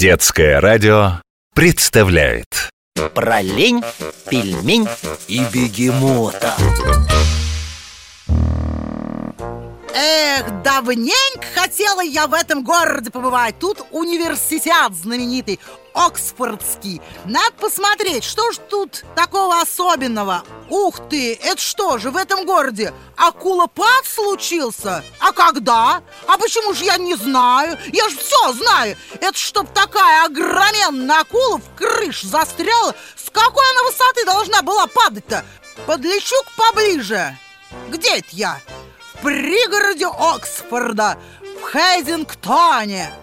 Детское радио представляет Про лень, пельмень и бегемота. Эх, давненько хотела я в этом городе побывать. Тут университет знаменитый, Оксфордский. Надо посмотреть, что ж тут такого особенного. Ух ты, это что же, в этом городе акулопад случился? А когда? А почему же я не знаю? Я же все знаю. Это чтоб такая огроменная акула в крышу застряла. С какой она высоты должна была падать-то? Подлечу-ка поближе. Где это я? В пригороде Оксфорда, в Хэддингтоне.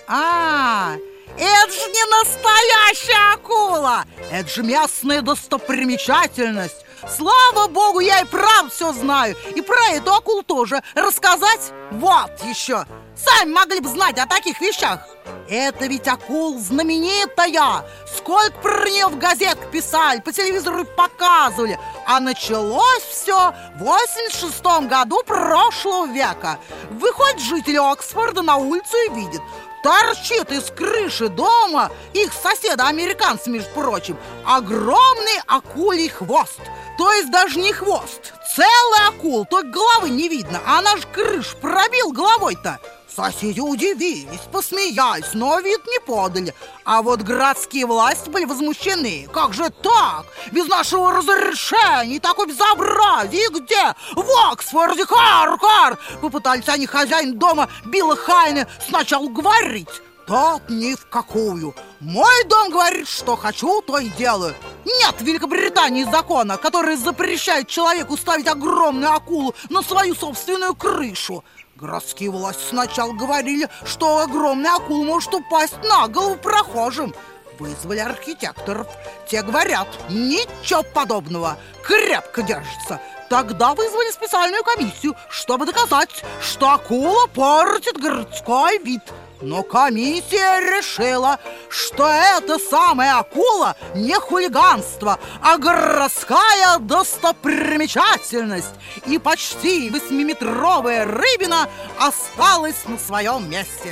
Это же не настоящая акула! Это же местная достопримечательность. Слава богу, я и правда все знаю. И про эту акулу тоже рассказать? Вот еще. Сами могли бы знать о таких вещах. Это ведь акула знаменитая. Сколько про нее в газетах писали, по телевизору показывали. А началось все в 86-м году прошлого века. Выходит жители Оксфорда на улицу и видит: торчит из крыши дома их соседа-американца, между прочим, огромный акулий хвост. То есть даже не хвост, целый акул, только головы не видно. А она же крышу пробил головой-то. Соседи удивились, посмеялись, но вид не подали. А вот городские власти были возмущены. Как же так? Без нашего разрешения такое безобразие. Где? В Оксфорде, хар-хар! Попытались они хозяин дома Билла Хайна сначала говорить. Тот ни в какую. Мой дом говорит, что хочу, то и делаю. Нет в Великобритании закона, который запрещает человеку ставить огромную акулу на свою собственную крышу. Городские власти сначала говорили, что огромная акула может упасть на голову прохожим. Вызвали архитекторов. Те говорят: ничего подобного, крепко держится. Тогда вызвали специальную комиссию, чтобы доказать, что акула портит городской вид. Но комиссия решила, что эта самая акула не хулиганство, а городская достопримечательность. И почти 8-метровая рыбина осталась на своем месте.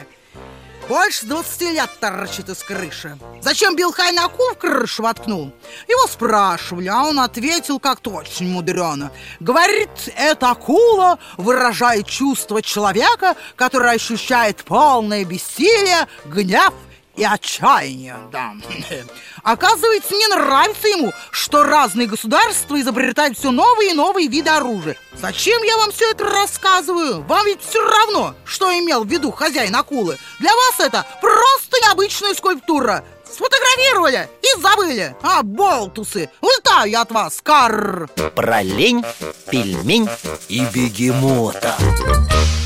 Больше 20 лет торчит из крыши. Зачем Билл Хайн акул в крышу воткнул? Его спрашивали, а он ответил как-то очень мудрено. Говорит, эта акула выражает чувство человека, который ощущает полное бессилие, гнев и отчаяние. Да. Оказывается, не нравится ему, что разные государства изобретают все новые и новые виды оружия. Зачем я вам все это рассказываю? Вам ведь все равно, что имел в виду хозяин акулы. Для вас это просто необычная скульптура. Сфотографировали и забыли. Болтусы, улетаю я от вас, карр. Про лень, пельмень и бегемота.